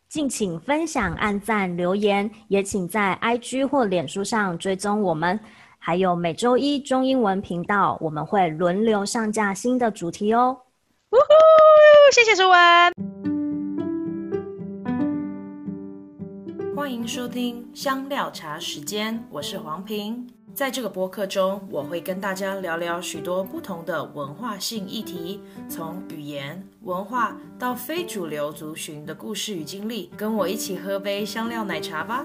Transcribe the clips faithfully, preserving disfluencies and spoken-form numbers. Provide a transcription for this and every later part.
敬请分享、按赞、留言，也请在 I G 或脸书上追踪我们。还有每周一中英文频道，我们会轮流上架新的主题哦。 呜呼，谢谢舒文。欢迎收听香料茶时间，我是黄平。在这个播客中，我会跟大家聊聊许多不同的文化性议题，从语言、文化到非主流族群的故事与经历，跟我一起喝杯香料奶茶吧。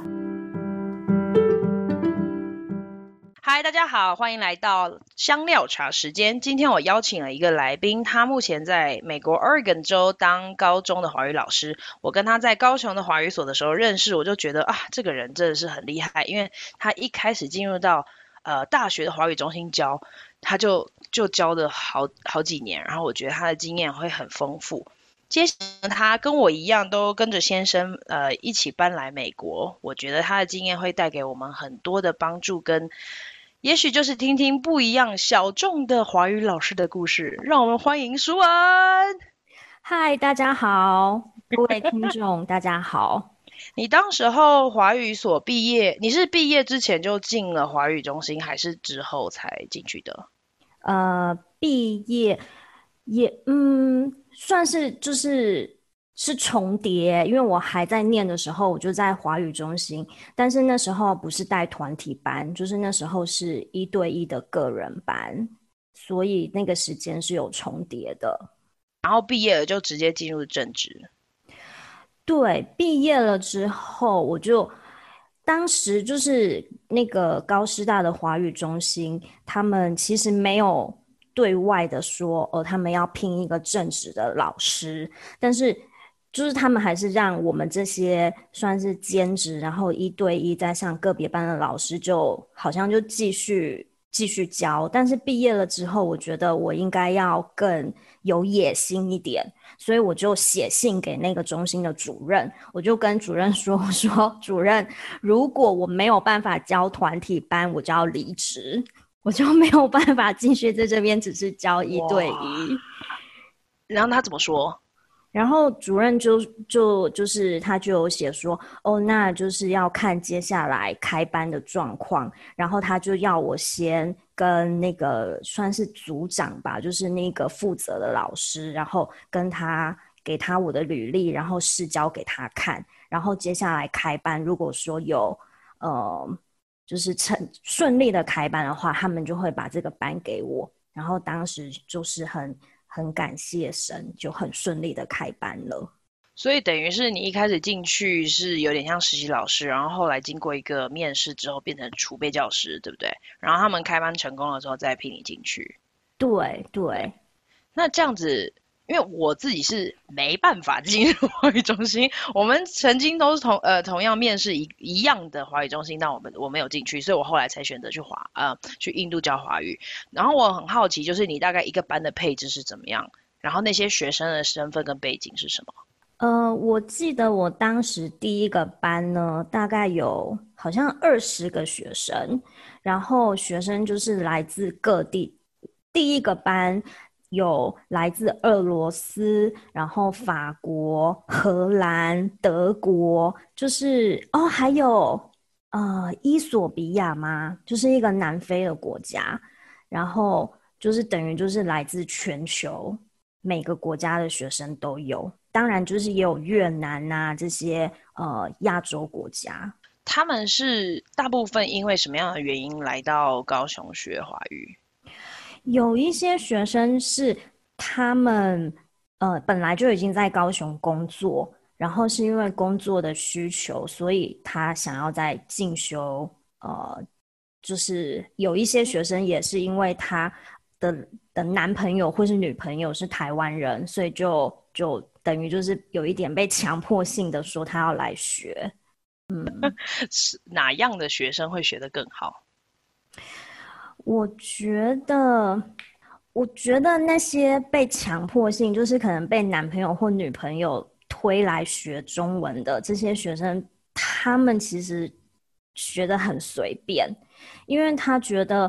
嗨，大家好，欢迎来到香料茶时间。今天我邀请了一个来宾，他目前在美国 Oregon 州当高中的华语老师。我跟他在高雄的华语所的时候认识，我就觉得啊，这个人真的是很厉害，因为他一开始进入到呃大学的华语中心教，他就就教的好好几年，然后我觉得他的经验会很丰富。接下来他跟我一样都跟着先生呃一起搬来美国，我觉得他的经验会带给我们很多的帮助跟也许就是听听不一样小众的华语老师的故事。让我们欢迎舒文。 嗨，大家好，各位听众大家好。 你当时候华语所毕业，你是毕业之前就进了华语中心，还是之后才进去的？ 呃，毕业也嗯，算是就是是重叠，因为我还在念的时候，我就在华语中心，但是那时候不是带团体班，就是那时候是一对一的个人班，所以那个时间是有重叠的。 然后毕业了就直接进入正职。 对，毕业了之后，我就当时就是那个高师大的华语中心，他们其实没有对外的说，哦，他们要聘一个正职的老师，但是就是他们还是让我们这些算是兼职，然后一对一在上个别班的老师，就好像就继续继续教。但是毕业了之后，我觉得我应该要更有野心一点。所以我就写信给那个中心的主任，我就跟主任说，我说主任，如果我没有办法教团体班，我就要离职，我就没有办法继续在这边只是教一对一。 然后他怎么说？ 然后主任就就就是他就有写说，哦，那就是要看接下来开班的状况，然后他就要我先跟那个算是组长吧，就是那个负责的老师，然后跟他给他我的履历，然后试教给他看，然后接下来开班，如果说有呃就是成顺利的开班的话，他们就会把这个班给我，然后当时就是很。很感谢神，就很顺利的开班了。 所以等于是你一开始进去是有点像实习老师，然后后来经过一个面试之后变成储备教师，对不对？然后他们开班成功了之后再聘你进去。 对对。 那这样子，因为我自己是没办法进入华语中心，我们曾经都是同呃同样面试一一样的华语中心，但我们我没有进去，所以我后来才选择去华呃去印度教华语。然后我很好奇，就是你大概一个班的配置是怎么样？然后那些学生的身份跟背景是什么？ 呃，我记得我当时第一个班呢，大概有好像二十个学生，然后学生就是来自各地。第一个班有来自俄罗斯，然后法国、荷兰、德国，就是哦，还有呃伊索比亚吗？就是一个南非的国家，然后就是等于就是来自全球每个国家的学生都有。当然就是也有越南啊这些呃亚洲国家。 他们是大部分因为什么样的原因来到高雄学华语？ 有一些学生是他们呃本来就已经在高雄工作，然后是因为工作的需求，所以他想要在进修。呃，就是有一些学生也是因为他的的男朋友或是女朋友是台湾人，所以就就等于就是有一点被强迫性的说他要来学。嗯， 是哪样的学生会学得更好？ 我觉得，我觉得那些被强迫性，就是可能被男朋友或女朋友推来学中文的这些学生，他们其实学得很随便，因为他觉得，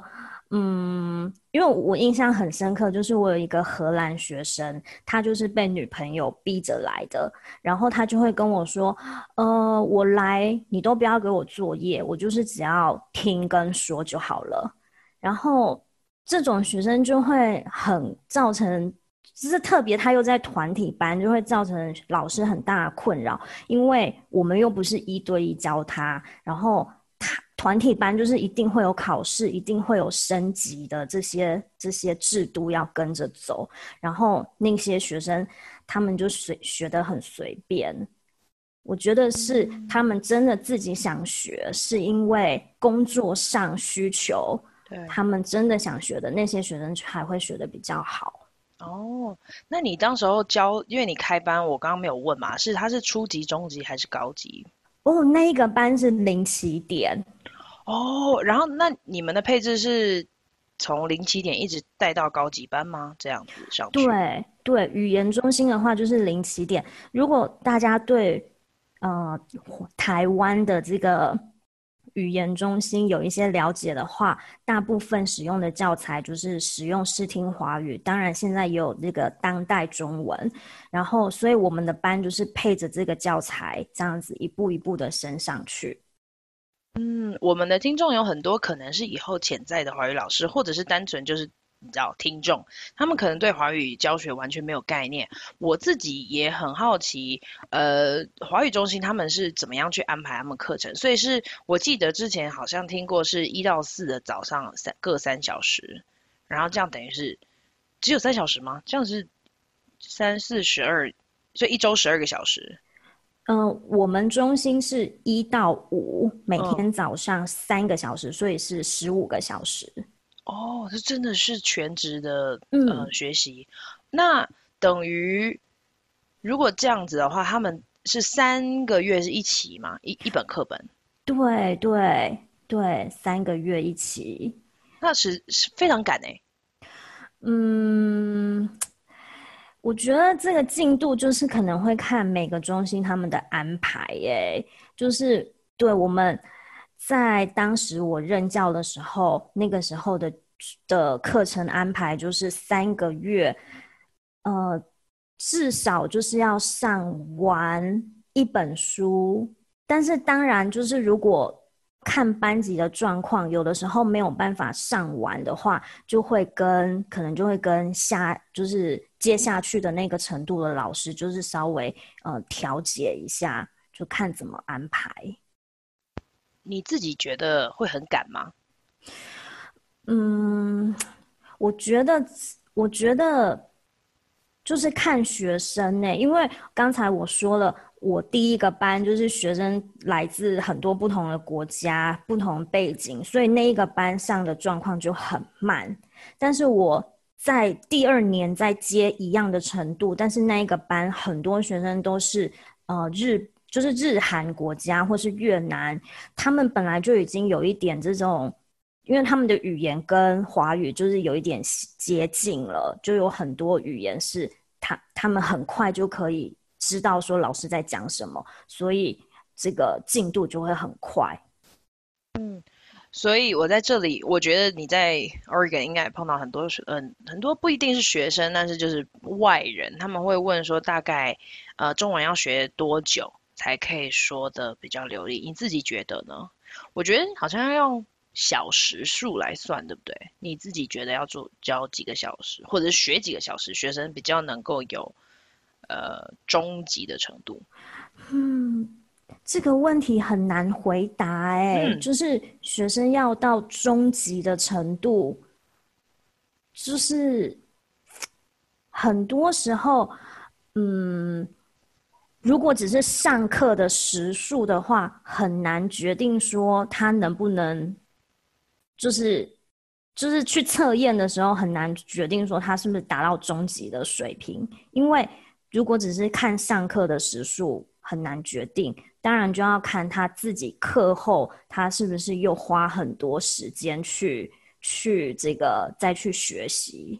嗯，因为我印象很深刻，就是我有一个荷兰学生，他就是被女朋友逼着来的，然后他就会跟我说，呃，我来，你都不要给我作业，我就是只要听跟说就好了。然后这种学生就会很造成，就是特别他又在团体班，就会造成老师很大的困扰，因为我们又不是一对一教他，然后他团体班就是一定会有考试，一定会有升级的这些这些制度要跟着走，然后那些学生他们就随学得很随便。我觉得是他们真的自己想学，是因为工作上需求， 对。 他们真的想学的那些学生还会学得比较好。 哦，那你当时候教，因为你开班，我刚刚没有问嘛，是他是初级、中级还是高级？ 哦，那一个班是零起点。 哦，然后那你们的配置是从零起点一直带到高级班吗？这样子上去？ 对对，语言中心的话就是零起点。如果大家对呃台湾的这个语言中心有一些了解的话，大部分使用的教材就是使用视听华语，当然现在也有这个当代中文。然后，所以我们的班就是配着这个教材，这样子一步一步的升上去。 嗯，我们的听众有很多可能是以后潜在的华语老师，或者是单纯就是你知道听众，他们可能对华语教学完全没有概念。我自己也很好奇，呃，华语中心他们是怎么样去安排他们课程？所以是我记得之前好像听过是一到四的早上三各三小时，然后这样等于是只有三小时吗？这样是三四十二，所以一周十二个小时。 嗯、呃我们中心是一到五，每嗯， 天早上三个小时，所以是十五个小时。 哦，这真的是全职的呃嗯， 学习。那等于如果这样子的话，他们是三个月是一期嘛，一一本课本， 对对对，三个月一起。 那是是非常赶诶。 嗯，我觉得这个进度就是可能会看每个中心他们的安排耶，就是对我们在当时我任教的时候，那个时候的的课程安排就是三个月，呃，至少就是要上完一本书，但是当然就是如果看班级的状况，有的时候没有办法上完的话，就会跟可能就会跟下就是接下去的那个程度的老师，就是稍微呃调节一下，就看怎么安排。 你自己觉得会很赶吗？ 嗯，我觉得我觉得就是看学生呢、因为刚才我说了，我第一个班就是学生来自很多不同的国家、不同背景，所以那一个班上的状况就很慢。但是我在第二年再接一样的程度，但是那一个班很多学生都是呃日就是日韩国家或是越南，他们本来就已经有一点这种。因为他们的语言跟华语就是有一点接近了，就有很多语言是他他们很快就可以知道说老师在讲什么，所以这个进度就会很快。 所以我在这里，我觉得你在 Oregon 应该也碰到很多嗯很多不一定是学生，但是就是外人，他们会问说大概呃中文要学多久才可以说的比较流利？你自己觉得呢？我觉得好像要用小时数来算，对不对？你自己觉得要做教几个小时，或者是学几个小时，学生比较能够有呃中级的程度？ 嗯，这个问题很难回答哎、 嗯， 就是学生要到中级的程度，就是很多时候，嗯，如果只是上课的时数的话，很难决定说他能不能，就是就是去测验的时候很难决定说他是不是达到中级的水平，因为如果只是看上课的时数，很难决定。当然就要看他自己课后他是不是又花很多时间去去这个再去学习。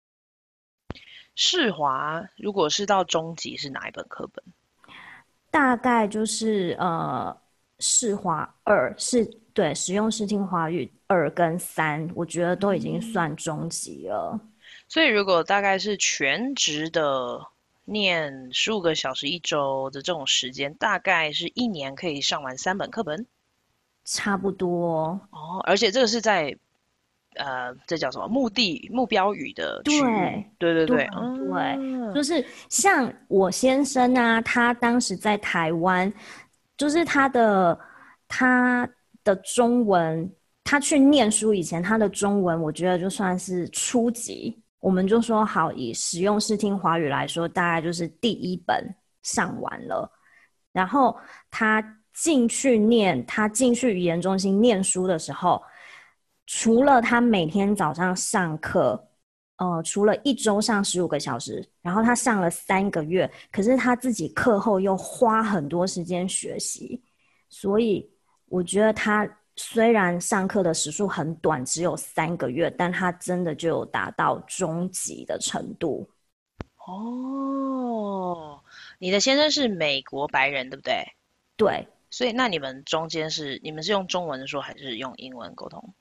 世华如果是到中级是哪一本课本？ 大概就是呃，世华二是对，实用视听华语二跟三，我觉得都已经算中级了。 所以如果大概是全职的念十五个小时一周的这种时间，大概是一年可以上完三本课本。 差不多。 哦，而且这个是在呃，这叫什么目的目标语的区域？ 对对对对对， 对， 嗯， 就是像我先生啊，他当时在台湾，就是他的他的中文，他去念书以前，他的中文我觉得就算是初级，我们就说好，以实用视听华语来说，大概就是第一本上完了。然后他进去念，他进去语言中心念书的时候，除了他每天早上上课，呃，除了一周上十五个小时，然后他上了三个月，可是他自己课后又花很多时间学习，所以我觉得他虽然上课的时数很短，只有三个月，但他真的就有达到中级的程度。 哦，你的先生是美国白人，对不对？ 对， 所以那你们中间是你们是用中文说还是用英文沟通？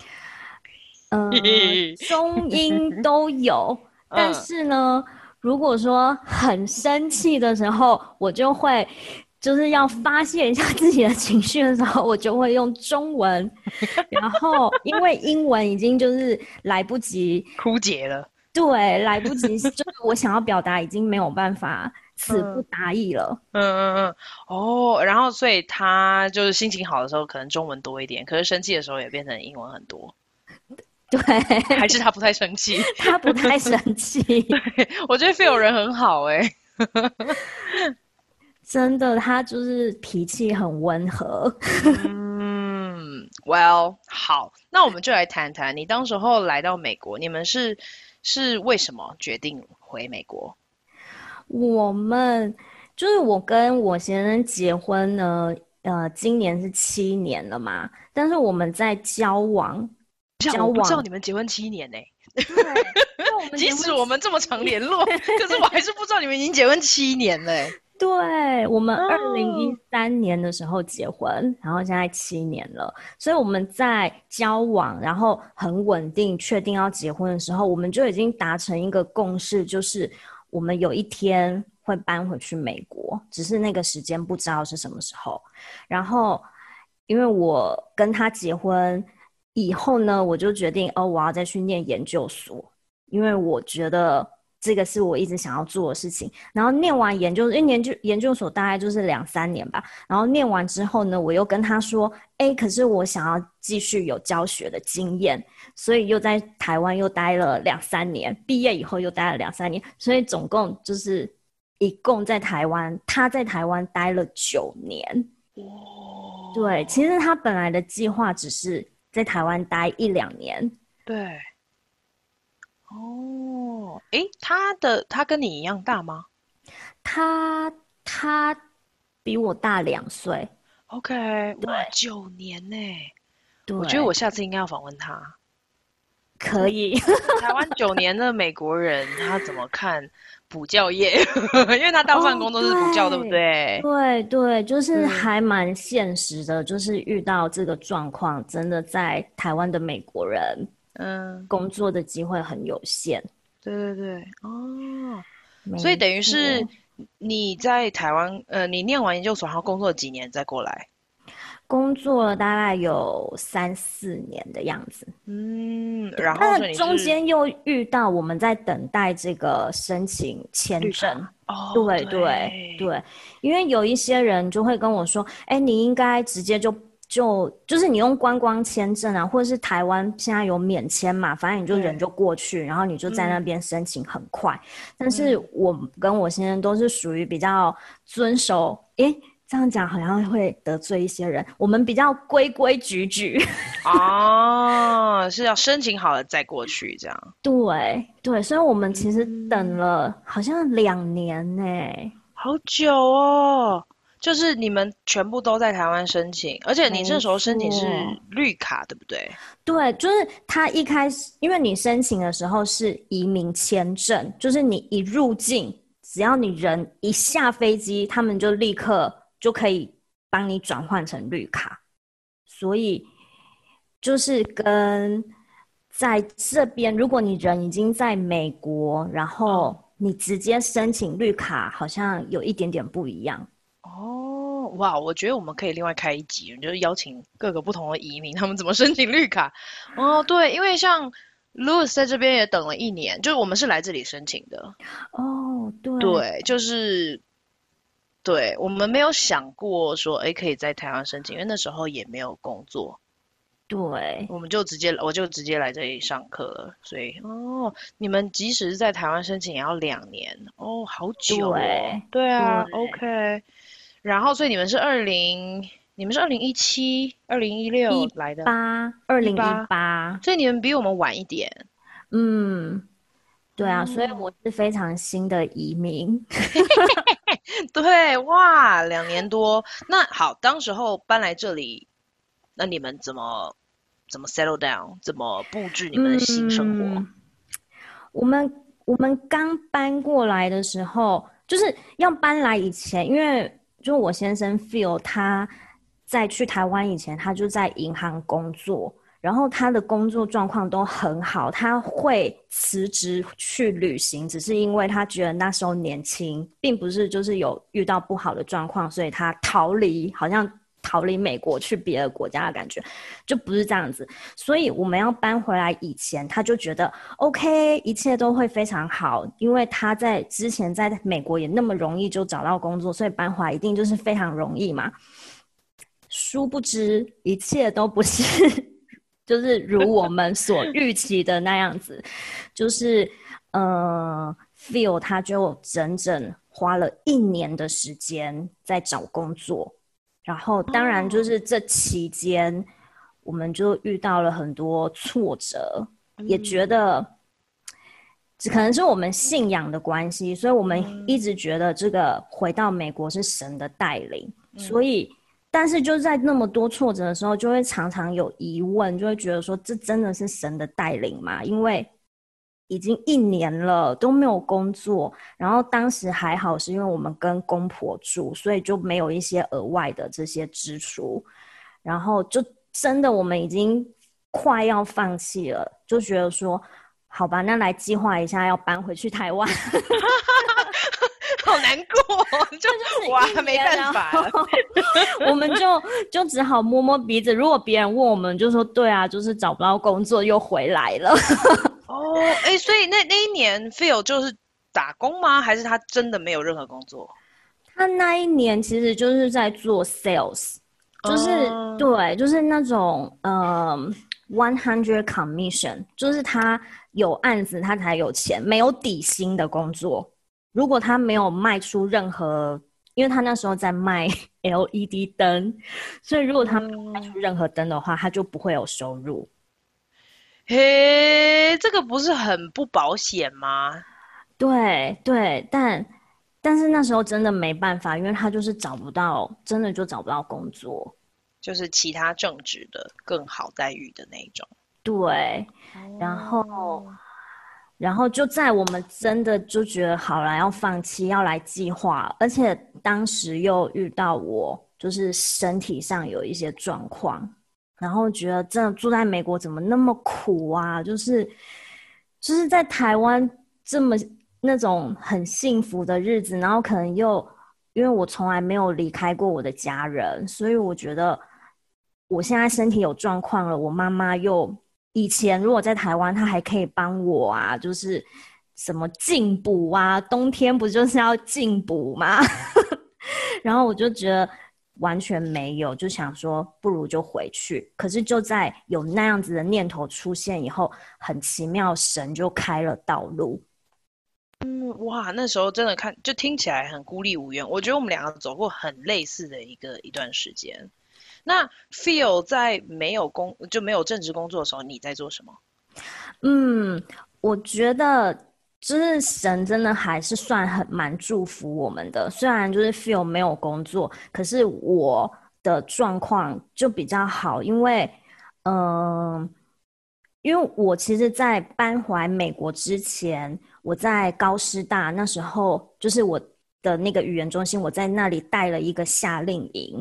呃，中英都有，但嗯， 是呢，如果说很生气的时候，我就会就是要发泄一下自己的情绪的时候，我就会用中文，然后因为英文已经就是来不及， 枯竭了。 对，来不及，就是我想要表达已经没有办法词不嗯达意了。 嗯嗯嗯，哦，然后所以他就是心情好的时候可能中文多一点，可是生气的时候也变成英文很多， 对， 还是他不太生气？ 他不太生气， 我觉得 Phil 人很好诶。 真的，他就是脾气很温和。 嗯，Well，好，那我们就来谈谈你当时候来到美国，你们是是为什么决定回美国？ 我们就是我跟我先生结婚呢，呃，今年是七年了嘛，但是我们在交往， 这样我不知道交往， 你们结婚七年呢、 对，因为我们即结婚使我们这么常七年， 联络，可是我还是不知道你们已经结婚七年嘞、 对，我们二零一哦， 三年的时候结婚，然后现在七年了，所以我们在交往，然后很稳定，确定要结婚的时候，我们就已经达成一个共识，就是我们有一天会搬回去美国，只是那个时间不知道是什么时候。然后，因为我跟他结婚以后呢，我就决定哦，我要再去念研究所，因为我觉得这个是我一直想要做的事情。然后念完研究，因为研究研究所大概就是两三年吧。然后念完之后呢，我又跟他说，哎，可是我想要继续有教学的经验，所以又在台湾又待了两三年，毕业以后又待了两三年，所以总共就是一共在台湾，他在台湾待了九年。对，其实他本来的计划只是在台湾待一两年。 对，哦，诶，他的他跟你一样大吗他他比我大两岁。 ？OK， 对哇，九年呢！我觉得对， 我下次应该要访问他。 可以。 台湾九年的美国人，他怎么看补教业？因为他大部分哦， 工都是补教，对不对对？ 对对，就是对， 还蛮现实的，就是遇到这个状况，真的在台湾的美国人嗯， 工作的机会很有限。 对对对，哦，所以没等于是错， 你在台湾，呃，你念完研究所，然后工作几年再过来。 工作了大概有三四年的样子。 嗯， 对， 然后所以你但是中是间又遇到我们在等待这个申请签绿证。 卡。哦， 对对对， 对，因为有一些人就会跟我说，哎，你应该直接就就就是你用观光签证啊，或者是台湾现在有免签嘛，反正你就人对， 就过去，然后你就在那嗯边申请很快。但是嗯， 我跟我先生都是属于比较遵守，诶，这样讲好像会得罪一些人，我们比较规规矩矩。 啊，是要申请好了再过去这样。 对对，所以我们其实等嗯， 了好像两年呢。 好久哦。就是你们全部都在台湾申请，而且你没这时候申请是错， 绿卡，对不对？ 对，就是他一开始，因为你申请的时候是移民签证，就是你一入境，只要你人一下飞机，他们就立刻就可以帮你转换成绿卡。 所以就是跟在这边，如果你人已经在美国，然后你直接申请绿卡，好像有一点点不一样。 哦，哇，我觉得我们可以另外开一集，就是邀请各个不同的移民，他们怎么申请绿卡。哦，对，因为像 Louis 在这边也等了一年，就是我们是来这里申请的。 哦，对对，就是对，我们没有想过说，哎，可以在台湾申请，因为那时候也没有工作， 对我们就直接我就直接来这里上课了。所以，哦，你们即使是在台湾申请也要两年，哦，好久哦。 对对啊对， ，OK。然后，所以你们是二零，你们是二零一七、二零一六一来的， 八二零一一八， 八， 所以你们比我们晚一点。 嗯，对啊，所以哦， 我是非常新的移民。 对，哇，两年多。那好，当时候搬来这里，那你们怎么怎么 settle down，怎么布置你们的新生活？ 嗯，我们我们刚搬过来的时候，就是要搬来以前，因为就我先生 Phil 他在去台湾以前，他就在银行工作，然后他的工作状况都很好，他会辞职去旅行，只是因为他觉得那时候年轻，并不是就是有遇到不好的状况，所以他逃离，好像逃离美国去别的国家的感觉，就不是这样子。所以我们要搬回来以前，他就觉得 OK， 一切都会非常好，因为他在之前在美国也那么容易就找到工作，所以搬回来一定就是非常容易嘛。殊不知，一切都不是就是如我们所预期的那样子，就是呃，Phil 他就整整花了一年的时间在找工作，然后当然就哦， 是这期间，我们就遇到了很多挫折，也觉嗯得只可能是我们信仰的关系，所以我们一嗯直觉得这个回到美国是神的带领，所嗯以。但是就在那么多挫折的时候，就会常常有疑问，就会觉得说，这真的是神的带领吗？因为已经一年了都没有工作，然后当时还好是因为我们跟公婆住，所以就没有一些额外的这些支出，然后就真的我们已经快要放弃了，就觉得说，好吧，那来计划一下要搬回去台湾。 好难过，就哇，没办法了。 我们就就只好摸摸鼻子。如果别人问我们，就说对啊，就是找不到工作又回来了。 哦，哎，所以那那一年 Phil 就是打工吗？还是他真的没有任何工作？ 他那一年其实就是在做 sales，就是嗯， 对，就是那种呃 one hundred commission，就是他有案子他才有钱，没有底薪的工作。如果他没有卖出任何，因为他那时候在卖 L E D 灯，所以如果他没有卖出嗯， 任何灯的话，他就不会有收入。 嘿，这个不是很不保险吗？ 对对，但但是那时候真的没办法，因为他就是找不到，真的就找不到工作。 就是其他正职的更好待遇的那一种。 对，然后哦， 然后就在我们真的就觉得好了，要放弃，要来计划，而且当时又遇到我就是身体上有一些状况，然后觉得真的住在美国怎么那么苦啊？就是就是在台湾这么那种很幸福的日子，然后可能又因为我从来没有离开过我的家人，所以我觉得我现在身体有状况了，我妈妈又以前如果在台湾，她还可以帮我啊，就是什么进补啊，冬天不就是要进补吗？然后我就觉得完全没有，就想说不如就回去。可是就在有那样子的念头出现以后，很奇妙，神就开了道路。 嗯，哇，那时候真的看就听起来很孤立无援。我觉得我们两个走过很类似的一个一段时间。那 Phil 在没有工就没有正职工作的时候，你在做什么？ 嗯，我觉得就是神真的还是算很蛮祝福我们的。虽然就是 Phil 没有工作，可是我的状况就比较好，因为嗯、呃因为我其实，在搬回来美国之前，我在高师大那时候，就是我的那个语言中心，我在那里带了一个夏令营。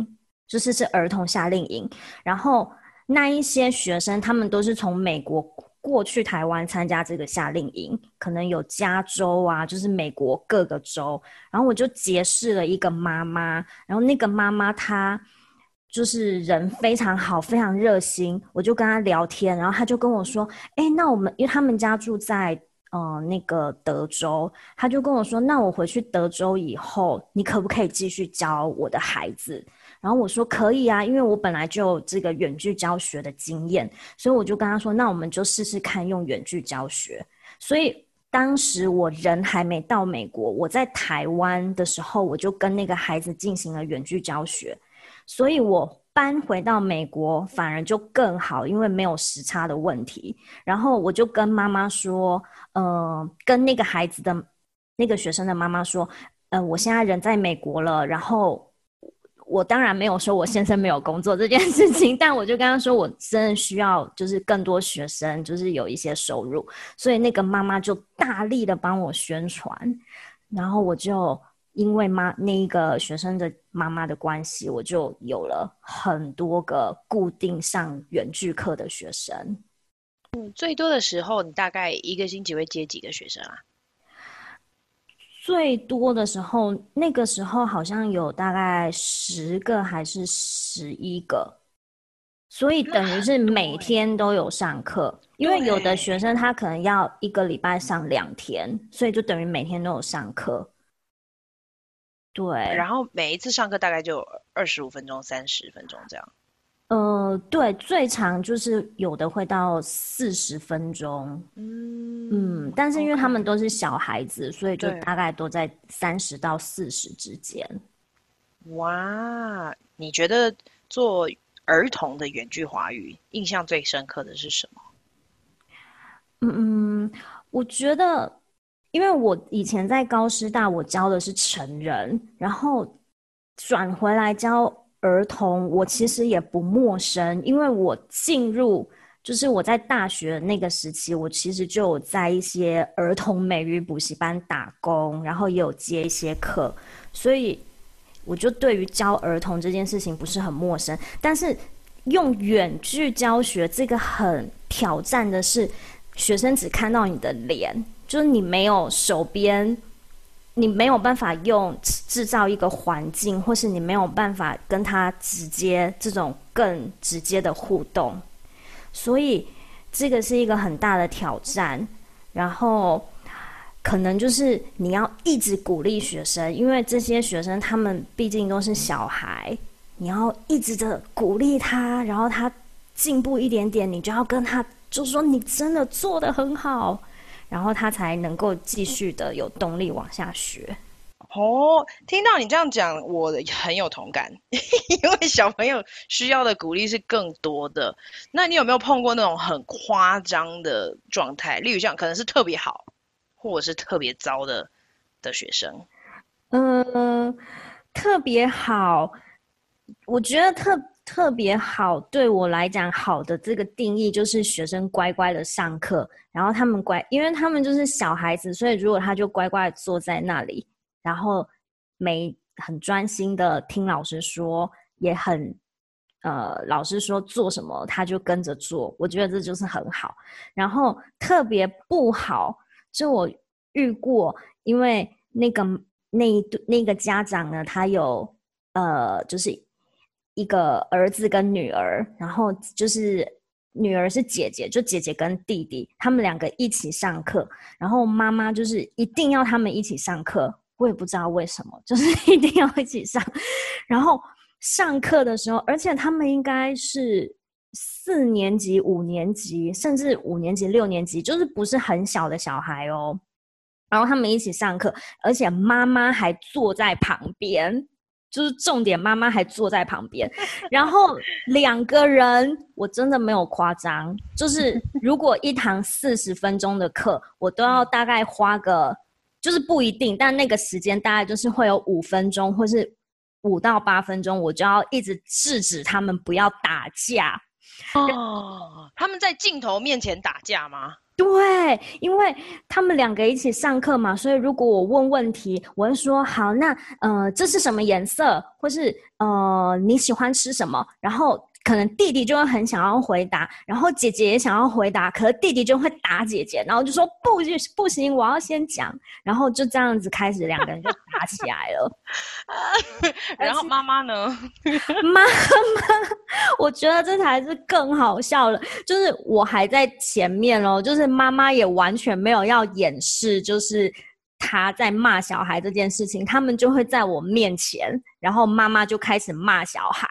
就是是儿童夏令营。然后那一些学生他们都是从美国过去台湾参加这个夏令营，可能有加州啊，就是美国各个州。然后我就结识了一个妈妈，然后那个妈妈她就是人非常好，非常热心，我就跟她聊天，然后她就跟我说，哎，那我们因为他们家住在呃那个德州，她就跟我说，那我回去德州以后，你可不可以继续教我的孩子？然后我说可以啊，因为我本来就有这个远距教学的经验，所以我就跟他说，那我们就试试看用远距教学。所以当时我人还没到美国，我在台湾的时候，我就跟那个孩子进行了远距教学。所以我搬回到美国反而就更好，因为没有时差的问题。然后我就跟妈妈说，呃，跟那个孩子的那个学生的妈妈说，呃，我现在人在美国了，然后我当然没有说我先生没有工作这件事情，但我就跟他说我真的需要就是更多学生，就是有一些收入，所以那个妈妈就大力的帮我宣传，然后我就因为妈那一个学生的妈妈的关系，我就有了很多个固定上远距课的学生。 嗯，最多的时候你大概一个星期会接几个学生啊？ 最多的时候，那个时候好像有大概十个还是十一个，所以等于是每天都有上课。因为有的学生他可能要一个礼拜上两天，所以就等于每天都有上课。对， 然后每一次上课大概就二十五分钟、三十分钟这样。 呃，对，最长就是有的会到四十分钟。 嗯嗯，但是因为他们 OK 都是小孩子，所以就对大概都在三十到四十之间。 哇，你觉得做儿童的远距华语，印象最深刻的是什么？ 嗯嗯，我觉得，因为我以前在高师大，我教的是成人，然后转回来教儿童，我其实也不陌生，因为我进入就是我在大学那个时期，我其实就有在一些儿童美语补习班打工，然后也有接一些课，所以我就对于教儿童这件事情不是很陌生。但是用远距教学这个很挑战的是，学生只看到你的脸，就是你没有手边，你没有办法用制造一个环境，或是你没有办法跟他直接这种更直接的互动，所以这个是一个很大的挑战。然后可能就是你要一直鼓励学生，因为这些学生他们毕竟都是小孩，你要一直的鼓励他，然后他进步一点点，你就要跟他就说你真的做得很好，然后他才能够继续的有动力往下学。 哦，听到你这样讲，我很有同感，因为小朋友需要的鼓励是更多的。那你有没有碰过那种很夸张的状态？例如像可能是特别好，或者是特别糟的的学生？ 嗯，特别好，我觉得特特别好，对我来讲，好的这个定义就是学生乖乖的上课，然后他们乖，因为他们就是小孩子，所以如果他就乖乖坐在那里，然后没很专心的听老师说，也很呃老师说做什么他就跟着做，我觉得这就是很好。然后特别不好，就我遇过，因为那个那一那个家长呢，他有呃就是一个儿子跟女儿，然后就是女儿是姐姐，就姐姐跟弟弟，他们两个一起上课，然后妈妈就是一定要他们一起上课，我也不知道为什么，就是一定要一起上。然后上课的时候，而且他们应该是四年级、五年级，甚至五年级、六年级，就是不是很小的小孩哦。然后他们一起上课，而且妈妈还坐在旁边，就是重点，妈妈还坐在旁边。然后两个人，我真的没有夸张，就是如果一堂四十分钟的课，我都要大概花个，就是不一定，但那个时间大概就是会有五分钟，或是五到八分钟，我就要一直制止他们不要打架。 哦，他们在镜头面前打架吗？ 对，因为他们两个一起上课嘛，所以如果我问问题，我会说好，那呃这是什么颜色，或是呃你喜欢吃什么，然后可能弟弟就会很想要回答，然后姐姐也想要回答，可是弟弟就会打姐姐，然后就说不不行，我要先讲，然后就这样子开始两个人就打起来了。 然后妈妈呢？ 妈妈，我觉得这才是更好笑的，就是我还在前面哦，就是妈妈也完全没有要掩饰，就是她在骂小孩这件事情，他们就会在我面前，然后妈妈就开始骂小孩，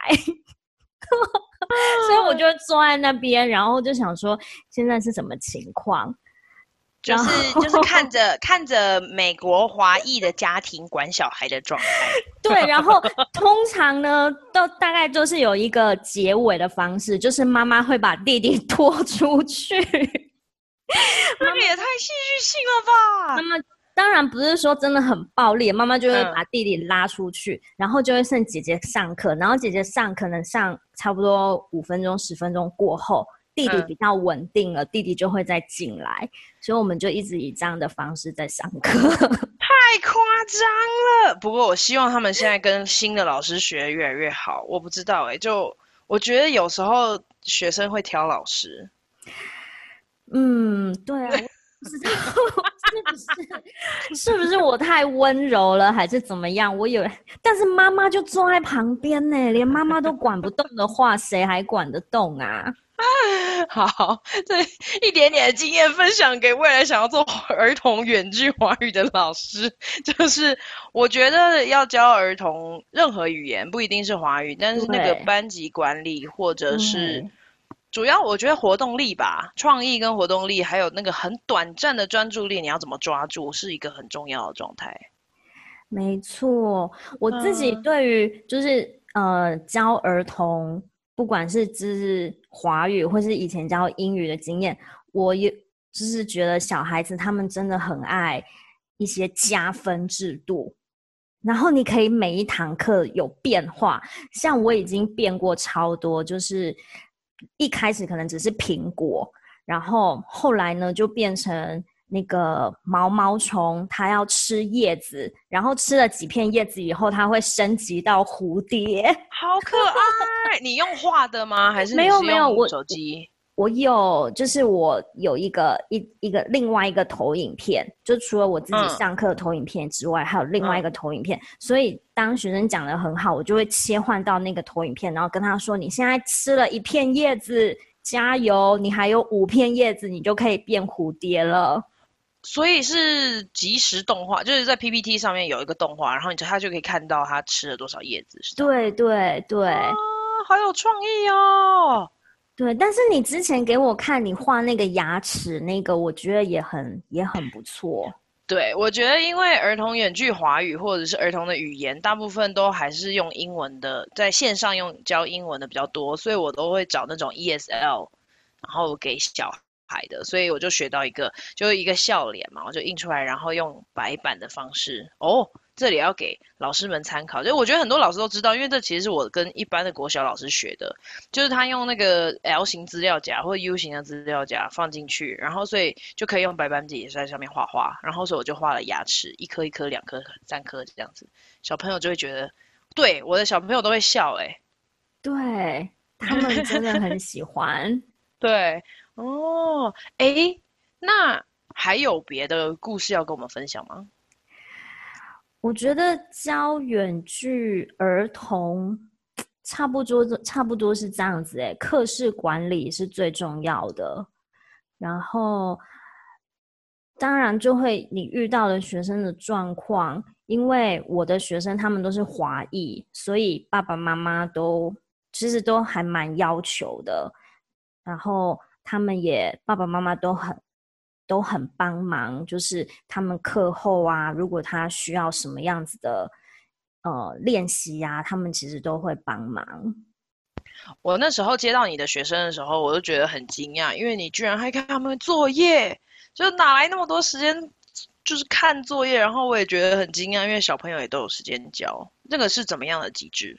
所以我就坐在那边，然后就想说现在是什么情况？ 就是就是看着看着美国华裔的家庭管小孩的状态。 对，然后通常呢，都大概就是有一个结尾的方式，就是妈妈会把弟弟拖出去。这个也太戏剧性了吧！ 妈妈当然不是说真的很暴力，妈妈就会把弟弟拉出去，嗯、然后就会剩姐姐上课，然后姐姐上可能上差不多五分钟、十分钟过后。弟弟比较稳定了，嗯、弟弟就会再进来，所以我们就一直以这样的方式在上课。 太夸张了！不过我希望他们现在跟新的老师学得越来越好。我不知道哎、欸，就我觉得有时候学生会挑老师。 嗯，对啊，不知道是不是是不是我太温柔了，还是怎么样？我以为，但是妈妈就坐在旁边呢，连妈妈都管不动的话，谁还管得动啊？ 好，这一点点的经验分享给未来想要做儿童远距华语的老师，就是我觉得要教儿童任何语言，不一定是华语，但是那个班级管理或者是主要，我觉得活动力吧，创意跟活动力，还有那个很短暂的专注力，你要怎么抓住，是一个很重要的状态。 没错，我自己对于就是、嗯、呃教儿童。不管是就是华语或是以前教英语的经验，我也就是觉得小孩子他们真的很爱一些加分制度，然后你可以每一堂课有变化，像我已经变过超多，就是一开始可能只是苹果，然后后来呢就变成那个毛毛虫，它要吃叶子，然后吃了几片叶子以后，它会升级到蝴蝶， 好可爱！你用画的吗？还是没有没有我手机？ 我有，就是我有一个一一个另外一个投影片，就除了我自己上课的投影片之外，嗯、还有另外一个投影片。嗯、所以当学生讲得很好，我就会切换到那个投影片，然后跟他说：“你现在吃了一片叶子，加油！你还有五片叶子，你就可以变蝴蝶了。” 所以是即时动画，就是在 P P T 上面有一个动画，然后你就他就可以看到他吃了多少叶子。是对对对， 啊，好有创意哦！ 对，但是你之前给我看你画那个牙齿那个，我觉得也很也很不错。 对，我觉得因为儿童远距华语或者是儿童的语言，大部分都还是用英文的，在线上用教英文的比较多，所以我都会找那种 E S L， 然后给小孩的，所以我就学到一个，就是一个笑脸嘛，我就印出来，然后用白板的方式哦。这里要给老师们参考，就我觉得很多老师都知道，因为这其实是我跟一般的国小老师学的，就是他用那个 L 型资料夹或 U 型的资料夹放进去，然后所以就可以用白板笔在上面画画，然后所以我就画了牙齿，一颗一颗、两颗、三颗这样子，小朋友就会觉得，对，我的小朋友都会笑、欸，哎， 对，他们真的很喜欢。 对，哦，哎，那还有别的故事要跟我们分享吗？ 我觉得教远距儿童差不多差不多是这样子诶，课室管理是最重要的。然后，当然就会你遇到的学生的状况，因为我的学生他们都是华裔，所以爸爸妈妈都其实都还蛮要求的。然后他们也爸爸妈妈都很。都很帮忙，就是他们课后啊，如果他需要什么样子的呃练习啊，他们其实都会帮忙。 我那时候接到你的学生的时候，我就觉得很惊讶，因为你居然还看他们作业，就哪来那么多时间，就是看作业。然后我也觉得很惊讶，因为小朋友也都有时间教，那个是怎么样的机制？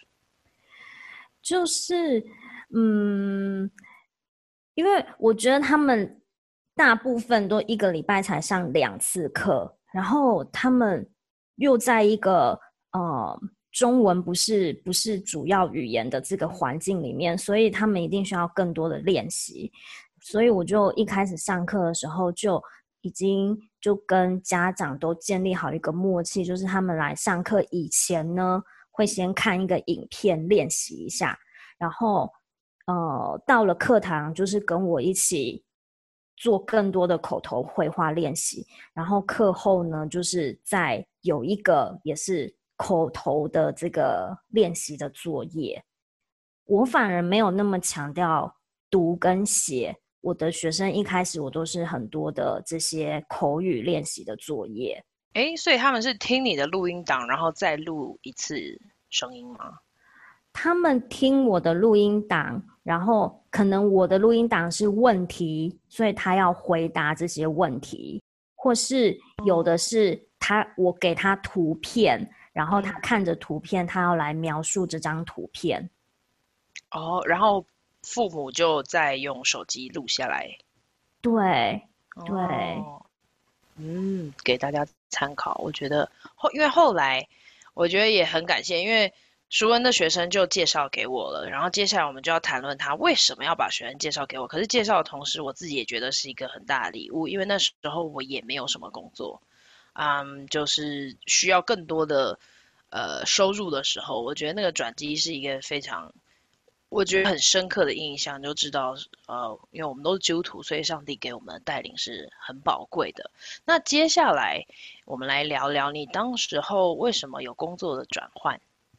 就是嗯，因为我觉得他们。 大部分都一个礼拜才上两次课，然后他们又在一个呃中文不是不是主要语言的这个环境里面，所以他们一定需要更多的练习。所以我就一开始上课的时候就已经就跟家长都建立好一个默契，就是他们来上课以前呢，会先看一个影片练习一下，然后呃到了课堂就是跟我一起做更多的口头绘画练习，然后课后呢就是再有一个也是口头的这个练习的作业。我反而没有那么强调读跟写，我的学生一开始我都是很多的这些口语练习的作业。 诶，所以他们是听你的录音档，然后再录一次声音吗？ 他们听我的录音档，然后可能我的录音档是问题，所以他要回答这些问题，或是有的是他我给他图片，然后他看着图片，他要来描述这张图片。 哦，然后父母就再用手机录下来。 对对、 哦，嗯，给大家参考。我觉得后，因为后来我觉得也很感谢，因为淑恩的学生就介绍给我了，然后接下来我们就要谈论他为什么要把学生介绍给我。可是介绍的同时，我自己也觉得是一个很大的礼物，因为那时候我也没有什么工作，嗯，就是需要更多的呃收入的时候，我觉得那个转机是一个非常我觉得很深刻的印象，就知道，呃，因为我们都是基督徒，所以上帝给我们的带领是很宝贵的。那接下来，我们来聊聊你当时候为什么有工作的转换？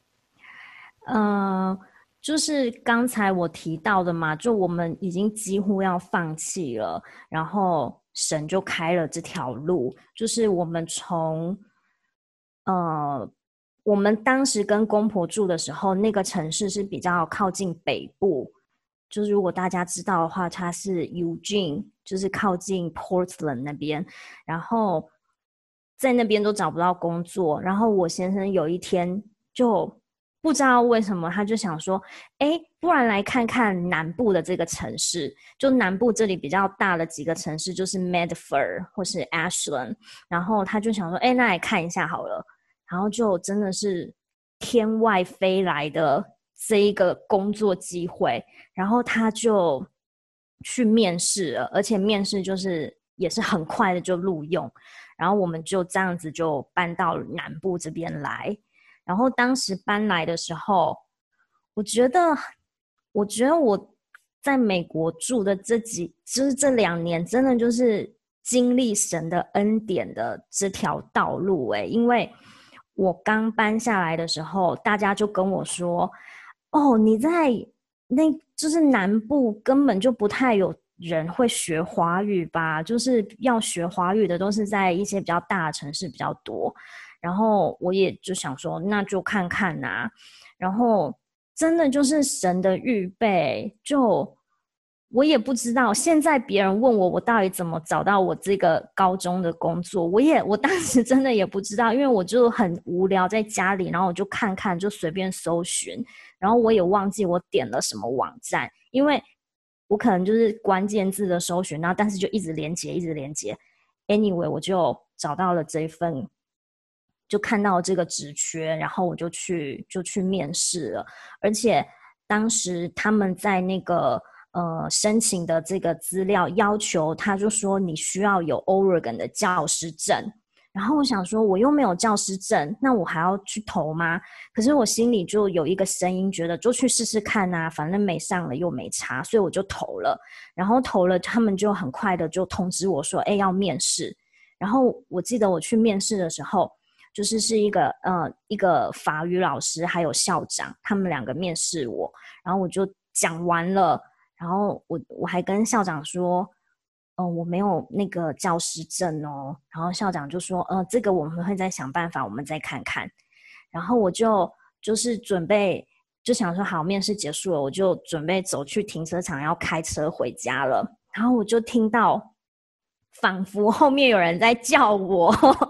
嗯、呃，就是刚才我提到的嘛，就我们已经几乎要放弃了，然后神就开了这条路，就是我们从呃，我们当时跟公婆住的时候，那个城市是比较靠近北部，就是如果大家知道的话，它是 Eugene，就是靠近 Portland 那边，然后在那边都找不到工作，然后我先生有一天就不知道为什么，他就想说，哎，不然来看看南部的这个城市，就南部这里比较大的几个城市，就是 Medford 或是 Ashland，然后他就想说，哎，那来看一下好了。然后就真的是天外飞来的这一个工作机会，然后他就去面试了，而且面试就是也是很快的就录用，然后我们就这样子就搬到南部这边来。然后当时搬来的时候，我觉得，我觉得我在美国住的这几，就是这两年，真的就是经历神的恩典的这条道路、欸。因为我刚搬下来的时候，大家就跟我说：“哦，你在那就是南部根本就不太有人会学华语吧？就是要学华语的都是在一些比较大的城市比较多。”然后我也就想说，那就看看啊。然后真的就是神的预备，就我也不知道。现在别人问我，我到底怎么找到我这个高中的工作，我也我当时真的也不知道，因为我就很无聊在家里，然后我就看看，就随便搜寻，然后我也忘记我点了什么网站，因为我可能就是关键字的搜寻，然后但是就一直连接，一直连接。Anyway， 我就找到了这一份。就看到这个职缺，然后我就去就去面试了，而且当时他们在那个呃申请的这个资料要求，他就说你需要有 Oregon 的教师证，然后我想说我又没有教师证，那我还要去投吗？可是我心里就有一个声音觉得就去试试看啊，反正没上了又没差，所以我就投了，然后投了他们就很快的就通知我说，哎，要面试，然后我记得我去面试的时候。就是是一个呃一个法语老师还有校长，他们两个面试我，然后我就讲完了，然后我我还跟校长说，呃我没有那个教师证哦，然后校长就说，呃这个我们会再想办法，我们再看看，然后我就就是准备就想说好，面试结束了，我就准备走去停车场要开车回家了，然后我就听到仿佛后面有人在叫我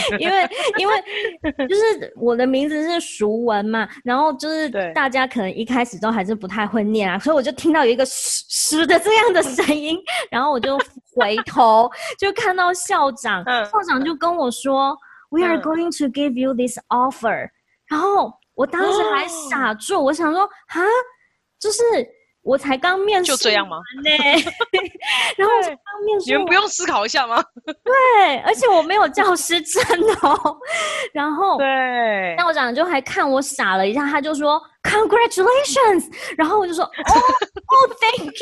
因为因为就是我的名字是熟文嘛，然后就是大家可能一开始都还是不太会念啊，所以我就听到有一个嘶嘶的这样的声音，然后我就回头就看到校长， 嗯、 校长就跟我说、嗯、We are going to give you this offer， 然后我当时还傻住，哦、我想说哈，就是我才刚面试就这样吗？ 然后我刚面试， 你们不用思考一下吗？ 对，而且我没有教师证哦。然后， 对， 校长就还看我傻了一下，他就说 Congratulations， 然后我就说哦哦 Thank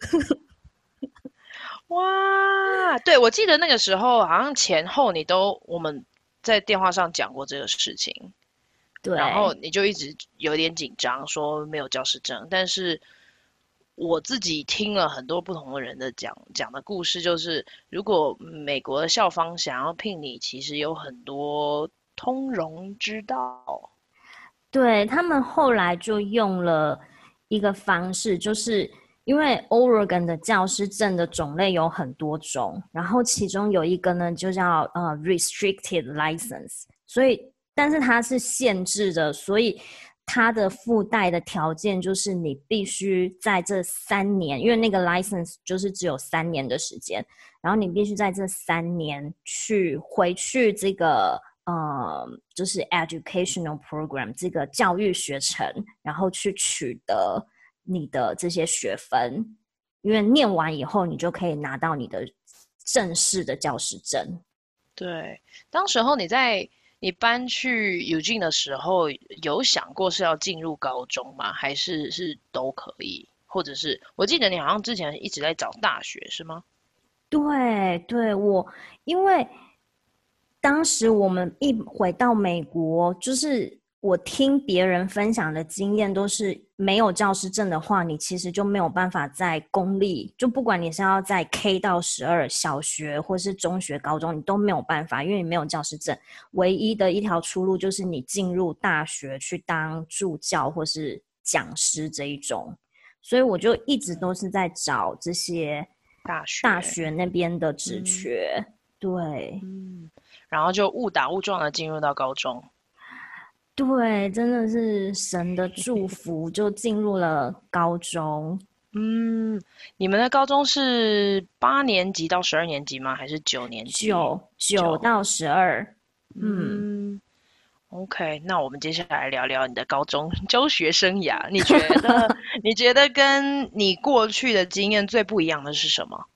you。 哇，对，我记得那个时候好像前后你都我们在电话上讲过这个事情， 对， 然后你就一直有点紧张，说没有教师证，但是。我自己听了很多不同的人的讲讲的故事，就是如果美国的校方想要聘你，其实有很多通融之道。 对，他们后来就用了一个方式，就是因为 Oregon 的教师证的种类有很多种，然后其中有一个呢就叫呃 restricted license， 所以但是它是限制的，所以它的附带的条件就是你必须在这三年，因为那个 license 就是只有三年的时间，然后你必须在这三年去回去这个呃，就是 educational program 这个教育学程，然后去取得你的这些学分，因为念完以后你就可以拿到你的正式的教师证。 对，当时候你在你搬去 Eugene 的时候，有想过是要进入高中吗？还是是都可以？或者是我记得你好像之前一直在找大学，是吗？ 对对，我因为当时我们一回到美国，就是我听别人分享的经验都是没有教师证的话，你其实就没有办法在公立，就不管你是要在 K 到十二小学或是中学高中，你都没有办法，因为你没有教师证。唯一的一条出路就是你进入大学去当助教或是讲师这一种，所以我就一直都是在找这些大学大学那边的职缺、嗯、对， 嗯，然后就误打误撞的进入到高中。 对，真的是神的祝福，就进入了高中。 嗯，你们的高中是八年级到十二年级吗？还是九年级？ 九九到十二。 嗯。嗯 OK， 那我们接下来聊聊你的高中教学生涯。你觉得你觉得跟你过去的经验最不一样的是什么？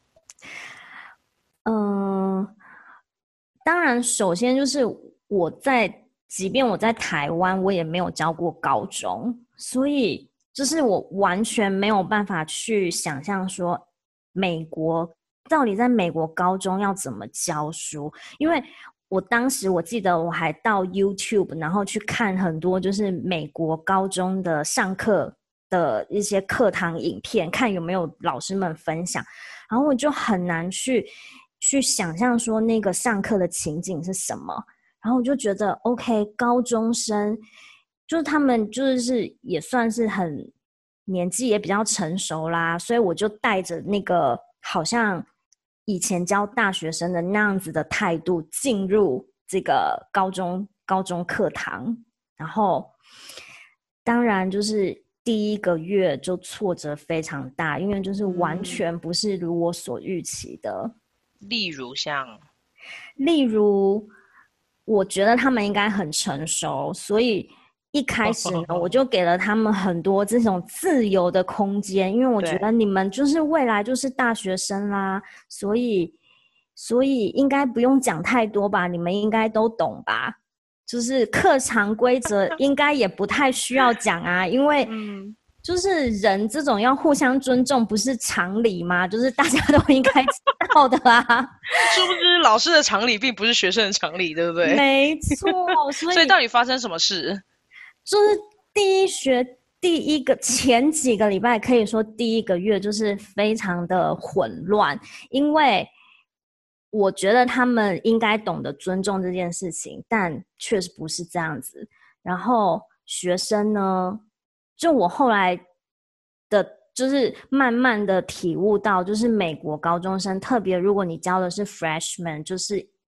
嗯、呃，当然，首先就是我在，即便我在台湾，我也没有教过高中，所以就是我完全没有办法去想象说，美国到底在美国高中要怎么教书，因为。我当时我记得我还到 YouTube 然后去看很多就是美国高中的上课的一些课堂影片，看有没有老师们分享，然后我就很难去去想象说那个上课的情景是什么，然后我就觉得 OK 高中生就是他们就是也算是很年纪也比较成熟啦，所以我就带着那个好像以前教大学生的那样子的态度进入这个高中高中课堂，然后当然就是第一个月就挫折非常大，因为就是完全不是如我所预期的。 例如像， 例如我觉得他们应该很成熟，所以一开始呢，我就给了他们很多这种自由的空间，因为我觉得你们就是未来就是大学生啦，所以所以应该不用讲太多吧，你们应该都懂吧？就是课堂规则应该也不太需要讲啊，因为就是人这种要互相尊重，不是常理吗？就是大家都应该知道的啊。 殊不知老师的常理并不是学生的常理，对不对？ 没错，所以所以到底发生什么事？ 就是第一学第一个前几个礼拜，可以说第一个月就是非常的混乱，因为我觉得他们应该懂得尊重这件事情，但确实不是这样子。然后学生呢，就我后来的就是慢慢的体悟到，就是美国高中生，特别如果你教的是 freshman，就是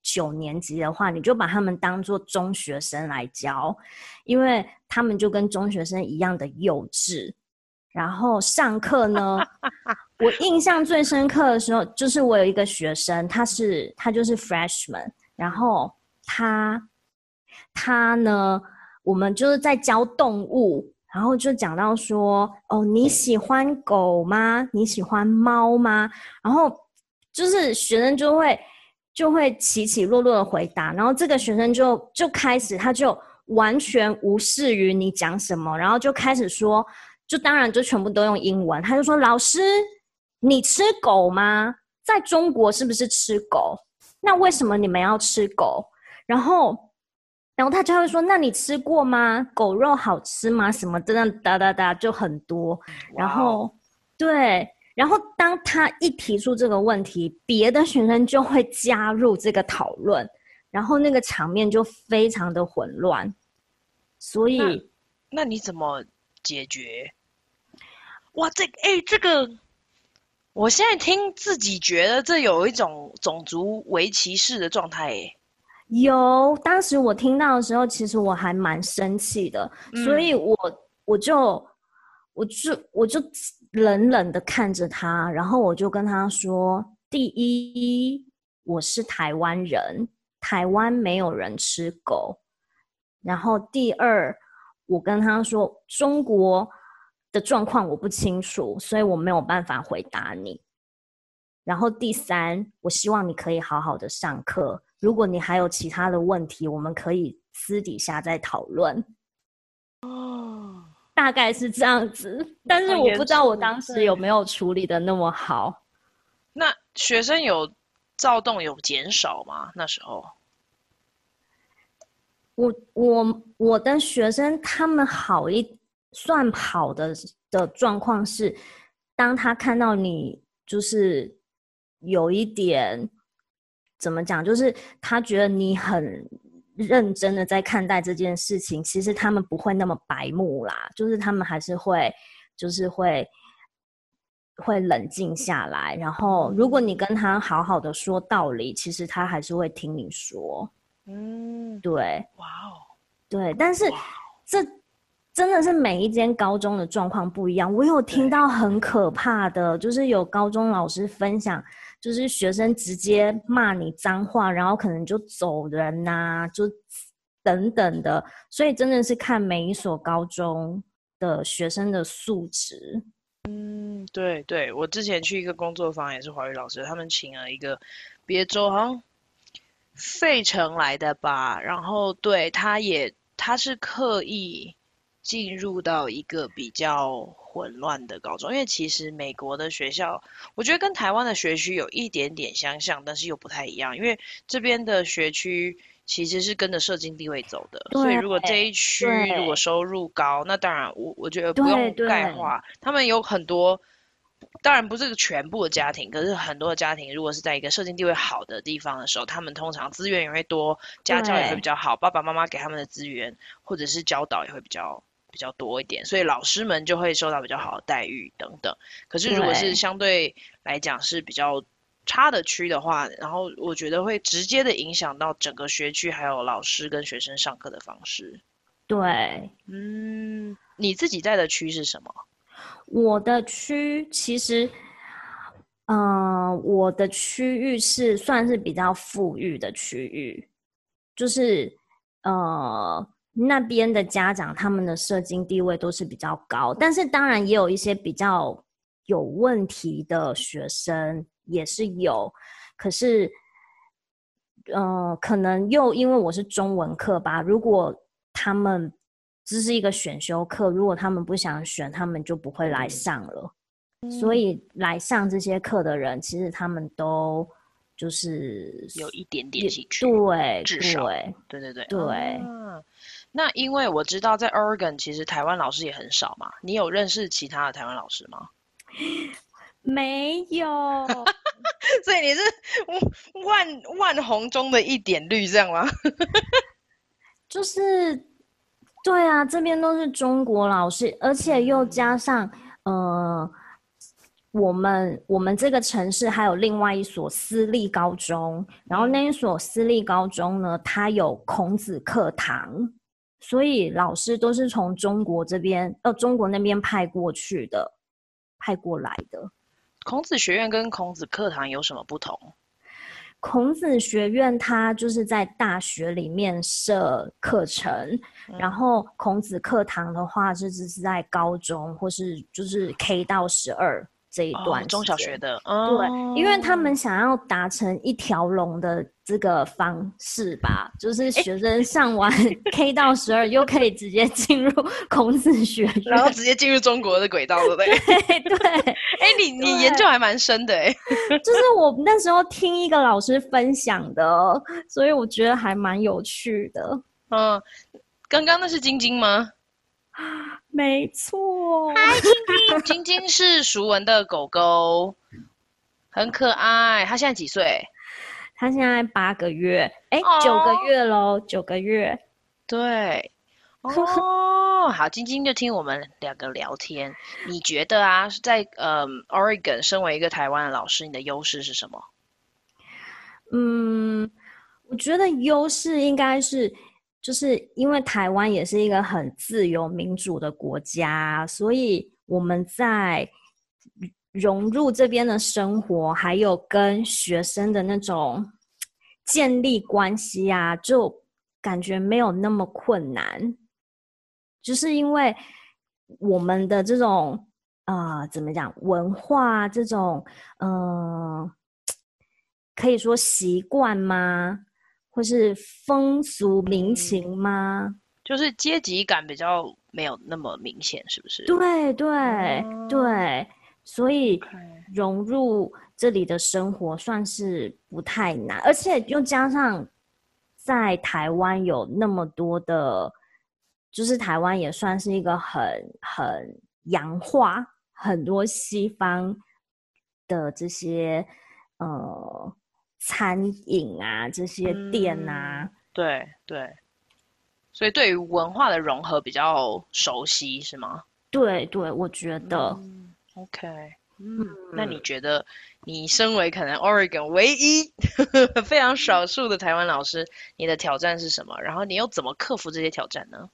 九年级的话，你就把他们当作中学生来教，因为他们就跟中学生一样的幼稚。然后上课呢，我印象最深刻的时候，就是我有一个学生，他是他就是 freshman， 然后他他呢，我们就是在教动物，然后就讲到说，哦，你喜欢狗吗？你喜欢猫吗？然后就是学生就会就会起起落落的回答，然后这个学生就就开始他就完全无视于你讲什么，然后就开始说。就当然就全部都用英文，他就说老师你吃狗吗？在中国是不是吃狗？那为什么你们要吃狗？然后然后他就会说那你吃过吗？狗肉好吃吗？什么的哒哒哒就很多。然后对，然后当他一提出这个问题，别的学生就会加入这个讨论，然后那个场面就非常的混乱。所以那, 那你怎么解决？哇，这哎、欸，这个，我现在听自己觉得这有一种种族为歧视的状态哎。 有，当时我听到的时候，其实我还蛮生气的，嗯、所以我我就我就我就冷冷的看着他，然后我就跟他说：第一，我是台湾人，台湾没有人吃狗。然后第二，我跟他说中国的状况我不清楚，所以我没有办法回答你。然后第三，我希望你可以好好的上课。如果你还有其他的问题，我们可以私底下再讨论。哦，大概是这样子，但是我不知道我当时有没有处理的那么好。 那学生有躁动有减少吗？那时候？ 我我我的学生他们好一算好的的状况是，当他看到你就是有一点怎么讲，就是他觉得你很认真的在看待这件事情，其实他们不会那么白目啦，就是他们还是会就是会会冷静下来，然后如果你跟他好好的说道理，其实他还是会听你说。嗯，对，哇哦，对，但是这真的是每一间高中的状况不一样。我有听到很可怕的，就是有高中老师分享，就是学生直接骂你脏话，然后可能就走人啊，就等等的。所以真的是看每一所高中的学生的素质。 嗯，对对，我之前去一个工作坊也是华语老师，他们请了一个别州好像费城来的吧，然后对他也他是刻意进入到一个比较混乱的高中，因为其实美国的学校，我觉得跟台湾的学区有一点点相像，但是又不太一样，因为这边的学区其实是跟着社经地位走的，所以如果这一区如果收入高，那当然我我觉得不用概括，他们有很多。当然不是全部的家庭，可是很多的家庭，如果是在一个社经地位好的地方的时候，他们通常资源也会多，家教也会比较好，爸爸妈妈给他们的资源或者是教导也会比较比较多一点，所以老师们就会受到比较好的待遇等等。可是如果是相对来讲是比较差的区的话，然后我觉得会直接的影响到整个学区还有老师跟学生上课的方式。 对， 嗯，你自己在的区是什么？ 我的区其实，嗯、呃，我的区域是算是比较富裕的区域，就是呃那边的家长他们的社经地位都是比较高，但是当然也有一些比较有问题的学生也是有，可是呃可能又因为我是中文课吧，如果他们这是一个选修课，如果他们不想选，他们就不会来上了。嗯、所以来上这些课的人，其实他们都就是有一点点兴趣， 对， 至少对， 对对对对。 啊、那因为我知道在 Oregon 其实台湾老师也很少嘛，你有认识其他的台湾老师吗？ 没有， 所以你是万万红中的一点绿，这样吗？ 就是。对啊，这边都是中国老师，而且又加上呃， 我们我们这个城市还有另外一所私立高中，然后那一所私立高中呢，它有孔子课堂，所以老师都是从中国这边呃中国那边派过去的，派过来的。 孔子学院跟孔子课堂有什么不同？ 孔子学院它就是在大学里面设课程，嗯、然后孔子课堂的话是只是在高中或是就是 K 到十二这一段、 哦、中小学的， 哦、对，因为他们想要达成一条龙的这个方式吧，就是学生上完 K 到十二又可以直接进入孔子学院， 然后直接进入中国的轨道，对不对？ 对对。 哎、欸，你你研究还蛮深的哎、欸。 就是我那时候听一个老师分享的，所以我觉得还蛮有趣的。 嗯，刚刚那是晶晶吗？ 没错。 嗨，晶晶，晶晶是熟文的狗狗，很可爱。它现在几岁？ 它现在八个月，哎、欸，九、哦、个月咯，九个月。 对。哦，好，晶晶就听我们两个聊天。你觉得啊，在呃 Oregon 身为一个台湾的老师，你的优势是什么？ 嗯，我觉得优势应该是，就是因为台湾也是一个很自由民主的国家，所以我们在融入这边的生活，还有跟学生的那种建立关系啊，就感觉没有那么困难。就是因为我们的这种呃怎么讲文化这种嗯、呃、可以说习惯吗？或是风俗民情吗？ 嗯、就是阶级感比较没有那么明显，是不是？ 对对、嗯、对，所以融入这里的生活算是不太难，而且又加上在台湾有那么多的。就是台湾也算是一个很很洋化，很多西方的这些呃餐饮啊，这些店啊， 嗯、对对，所以对于文化的融合比较熟悉，是吗？ 对对，我觉得。 嗯、OK， 嗯，嗯那你觉得你身为可能 Oregon 唯一非常少数的台湾老师，你的挑战是什么？然后你又怎么克服这些挑战呢？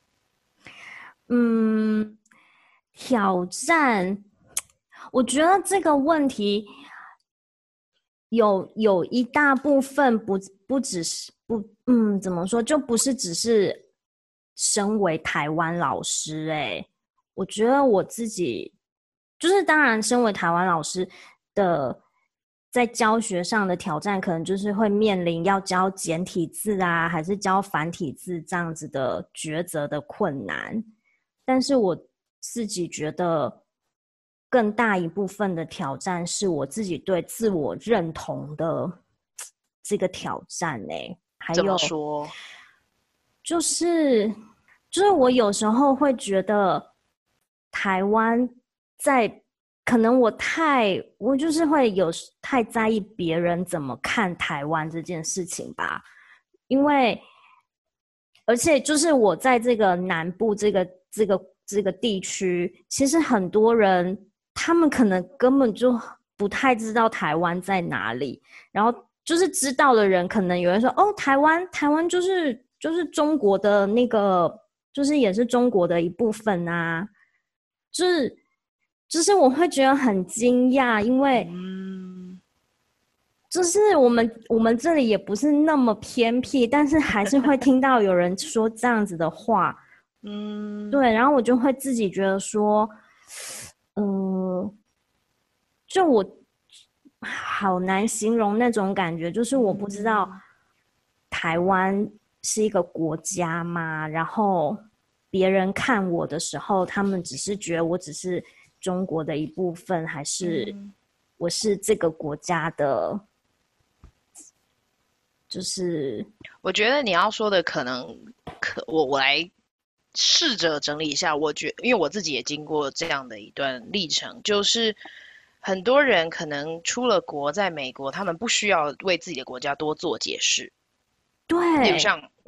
嗯，挑战，我觉得这个问题有有一大部分不不只是不嗯怎么说，就不是只是身为台湾老师哎、欸，我觉得我自己就是当然身为台湾老师的在教学上的挑战，可能就是会面临要教简体字啊，还是教繁体字这样子的抉择的困难。但是我自己觉得更大一部分的挑战是我自己对自我认同的这个挑战欸。还有怎么说？ 就是就是我有时候会觉得台湾在可能我太我就是会有太在意别人怎么看台湾这件事情吧，因为而且就是我在这个南部这个这个这个地区，其实很多人他们可能根本就不太知道台湾在哪里，然后就是知道的人可能有人说哦，台湾台湾就是就是中国的那个，就是也是中国的一部分啊，就是就是我会觉得很惊讶，因为嗯。就是我们我们这里也不是那么偏僻，但是还是会听到有人说这样子的话，嗯，对，然后我就会自己觉得说，嗯、呃，就我好难形容那种感觉，就是我不知道台湾是一个国家嘛，然后别人看我的时候，他们只是觉得我只是中国的一部分，还是我是这个国家的。就是我觉得你要说的可能可我我来试着整理一下，我觉因为我自己也经过这样的一段历程，就是很多人可能出了国，在美国，他们不需要为自己的国家多做解释。 对， 例如像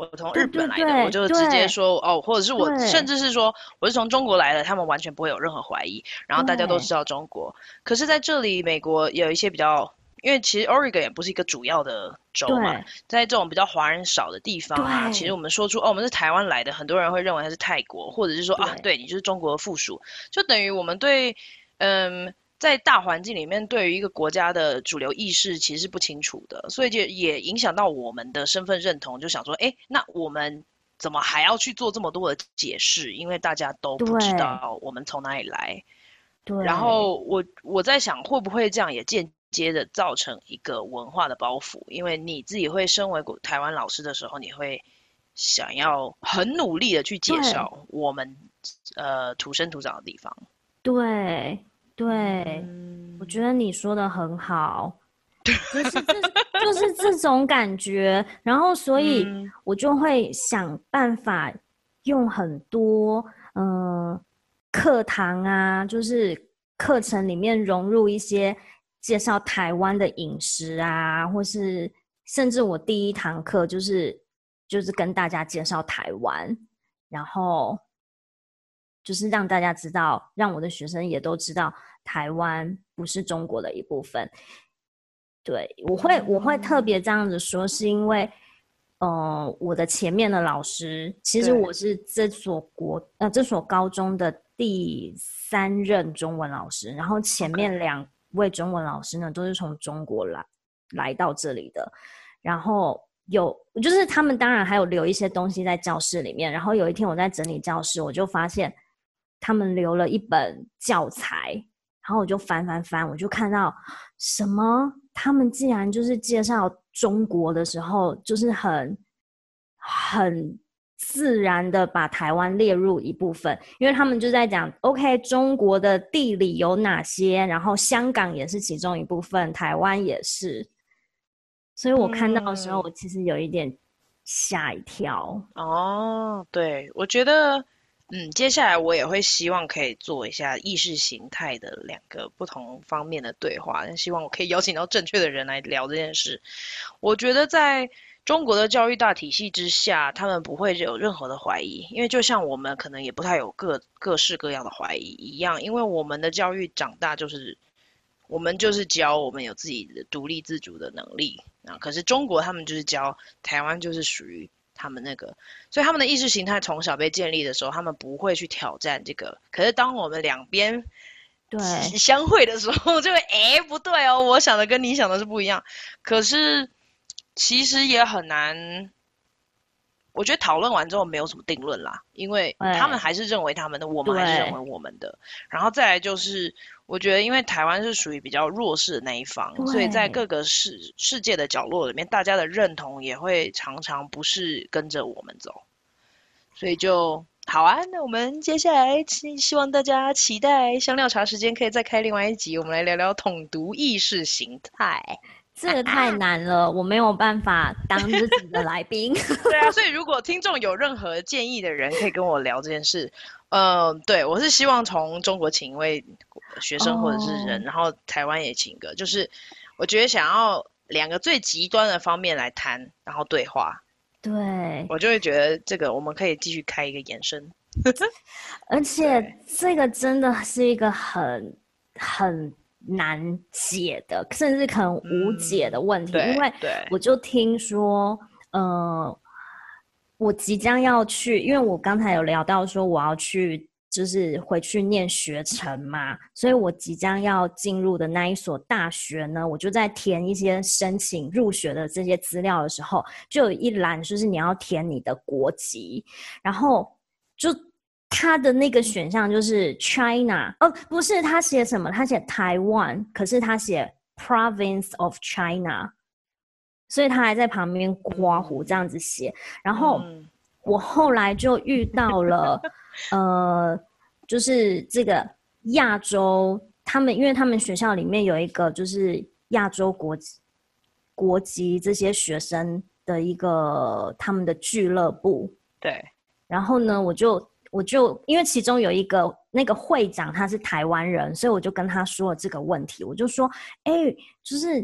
我从日本来的， 对对对我就直接说哦，或者是我对甚至是说我是从中国来的，他们完全不会有任何怀疑，然后大家都对知道中国。可是在这里，美国有一些比较，因为其实 Oregon 也不是一个主要的州嘛， 对在这种比较华人少的地方啊，其实我对们说出哦，我们是台湾来的，很多人会认为他是泰国，或者是说啊， 对对你就是中国的附属，就等于我们对嗯。在大环境里面，对于一个国家的主流意识其实是不清楚的，所以就也影响到我们的身份认同。就想说，哎，那我们怎么还要去做这么多的解释？因为大家都不知对道我们从哪里来。然对后我我在想，会不会这样也间接的造成一个文化的包袱？因为你自己会身为台湾老师的时候，你会想要很努力的去介对绍我们呃土生土长的地方。 对对，我觉嗯得你说的很好，就是这就是这种感觉，然后所以嗯， 我就会想办法用很多嗯、呃课堂啊，就是课程里面融入一些介绍台湾的饮食啊，或是甚至我第一堂课就是就是跟大家介绍台湾，然后就是让大家知道，让我的学生也都知道台湾不是中国的一部分。对，我会我会特别这样子说，是因为，呃，我的前面的老师，其实对我是这所国呃这所高中的第三任中文老师，然后前面 ，OK， 两位中文老师呢都是从中国来来到这里的，然后有就是他们当然还有留一些东西在教室里面，然后有一天我在整理教室，我就发现他们留了一本教材，然后我就翻翻翻，我就看到什么，他们竟然就是介绍中国的时候，就是很很自然的把台湾列入一部分，因为他们就在讲 OK 中国的地理有哪些，然后香港也是其中一部分，台湾也是，所以我看到的时候， 嗯。 我其实有一点吓一跳。 哦，对，我觉得，嗯，接下来我也会希望可以做一下意识形态的两个不同方面的对话，希望我可以邀请到正确的人来聊这件事。我觉得在中国的教育大体系之下，他们不会有任何的怀疑，因为就像我们可能也不太有各各式各样的怀疑一样，因为我们的教育长大就是我们就是教我们有自己的独立自主的能力啊，可是中国他们就是教台湾就是属于他们那个，所以他们的意识形态从小被建立的时候，他们不会去挑战这个。可是当我们两边对相会的时候，就会哎不对哦，我想的跟你想的是不一样。可是其实也很难，我觉得讨论完之后没有什么定论啦，因为他们还是认为他们的，我们还是认为我们的。然后再来就是，我觉得因为台湾是属于比较弱势的那一方，所以在各个世世界的角落里面，大家的认同也会常常不是跟着我们走，所以就好啊。那我们接下来希希望大家期待香料茶时间可以再开另外一集，我们来聊聊统独意识形态。 这个太难了，我没有办法当自己的来宾。 对啊，所以如果听众有任何建议的人，可以跟我聊这件事。嗯，对，我是希望从中国请一位学生或者是人， 哦， 然后台湾也请一个，就是我觉得想要两个最极端的方面来谈，然后对话， 对， 我就会觉得这个我们可以继续开一个延伸。 而且对， 这个真的是一个很很难解的，甚至可能无解的嗯， 问题，因对为对我就听说，呃，我即将要去，因为我刚才有聊到说我要去，就是回去念学程嘛，所以我即将要进入的那一所大学呢，我就在填一些申请入学的这些资料的时候，就有一栏就是你要填你的国籍，然后就他的那个选项就是 China， 哦，不是，他写什么？他写台湾，可是他写 Province of China。所以他还在旁边刮胡这样子写。然后嗯， 我后来就遇到了，呃，就是这个亚洲，他们因为他们学校里面有一个就是亚洲国国籍这些学生的一个他们的俱乐部。 对， 然后呢，我就我就因为其中有一个那个会长他是台湾人，所以我就跟他说了这个问题，我就说，哎，就是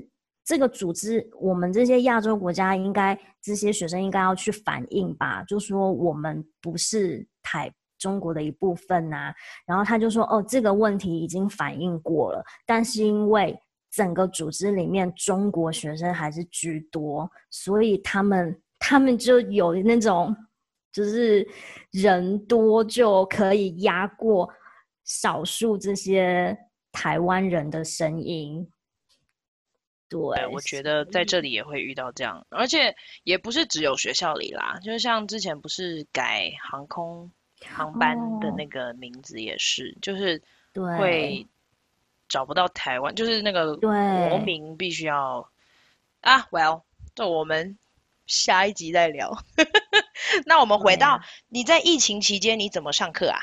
这个组织，我们这些亚洲国家应该这些学生应该要去反映吧，就说我们不是台中国的一部分啊。然后他就说，哦，这个问题已经反映过了，但是因为整个组织里面中国学生还是居多，所以他们他们就有那种就是人多就可以压过少数这些台湾人的声音。对， 我觉得在这里也会遇到这样，而且也不是只有学校里啦，就是像之前不是改航空航班的那个名字也是，哦、就是会找不到台湾，就是那个国民必须要啊 ，Well， 这我们下一集再聊。那我们回到、啊、你在疫情期间你怎么上课啊？